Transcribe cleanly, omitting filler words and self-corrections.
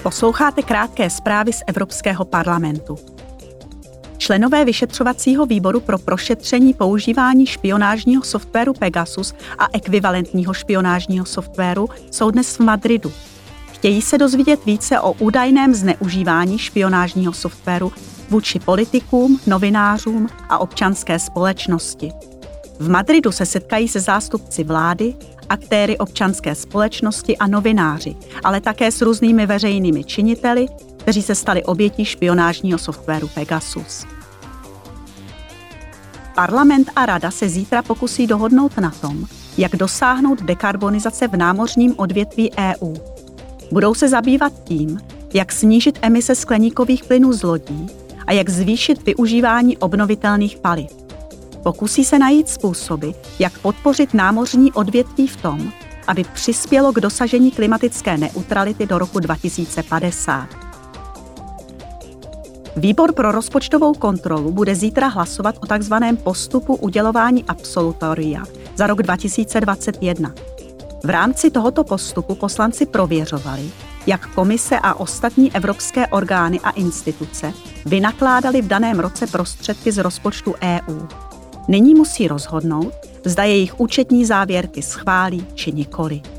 Posloucháte krátké zprávy z Evropského parlamentu. Členové vyšetřovacího výboru pro prošetření používání špionážního softwaru Pegasus a ekvivalentního špionážního softwaru jsou dnes v Madridu. Chtějí se dozvědět více o údajném zneužívání špionážního softwaru vůči politikům, novinářům a občanské společnosti. V Madridu se setkají se zástupci vlády, aktéry občanské společnosti a novináři, ale také s různými veřejnými činiteli, kteří se stali obětí špionážního softwaru Pegasus. Parlament a Rada se zítra pokusí dohodnout na tom, jak dosáhnout dekarbonizace v námořním odvětví EU. Budou se zabývat tím, jak snížit emise skleníkových plynů z lodí a jak zvýšit využívání obnovitelných paliv. Pokusí se najít způsoby, jak podpořit námořní odvětví v tom, aby přispělo k dosažení klimatické neutrality do roku 2050. Výbor pro rozpočtovou kontrolu bude zítra hlasovat o takzvaném postupu udělování absolutoria za rok 2021. V rámci tohoto postupu poslanci prověřovali, jak komise a ostatní evropské orgány a instituce vynakládaly v daném roce prostředky z rozpočtu EU. Nyní musí rozhodnout, zda jejich účetní závěrky schválí či nikoli.